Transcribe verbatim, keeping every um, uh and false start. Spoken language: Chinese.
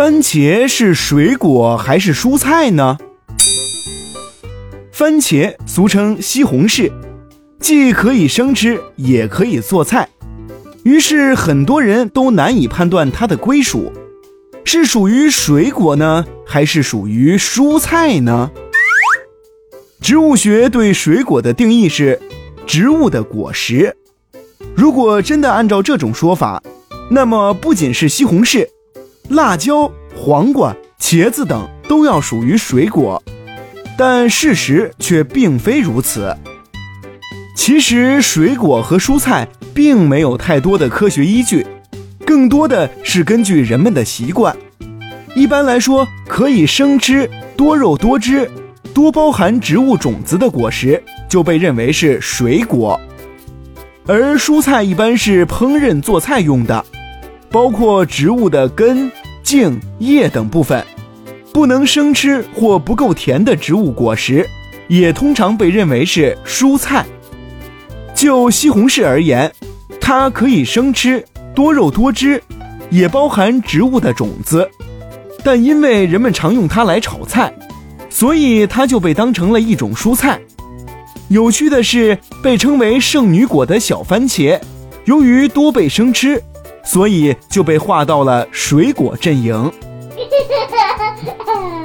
番茄是水果还是蔬菜呢？番茄俗称西红柿，既可以生吃，也可以做菜。于是很多人都难以判断它的归属，是属于水果呢，还是属于蔬菜呢？植物学对水果的定义是植物的果实。如果真的按照这种说法，那么不仅是西红柿、辣椒、黄瓜、茄子等都要属于水果，但事实却并非如此。其实水果和蔬菜并没有太多的科学依据，更多的是根据人们的习惯。一般来说，可以生吃、多肉多汁、多包含植物种子的果实就被认为是水果，而蔬菜一般是烹饪做菜用的，包括植物的根、茎、叶等部分。不能生吃或不够甜的植物果实也通常被认为是蔬菜。就西红柿而言，它可以生吃、多肉多汁，也包含植物的种子，但因为人们常用它来炒菜，所以它就被当成了一种蔬菜。有趣的是，被称为圣女果的小番茄，由于多被生吃，所以就被划到了水果阵营。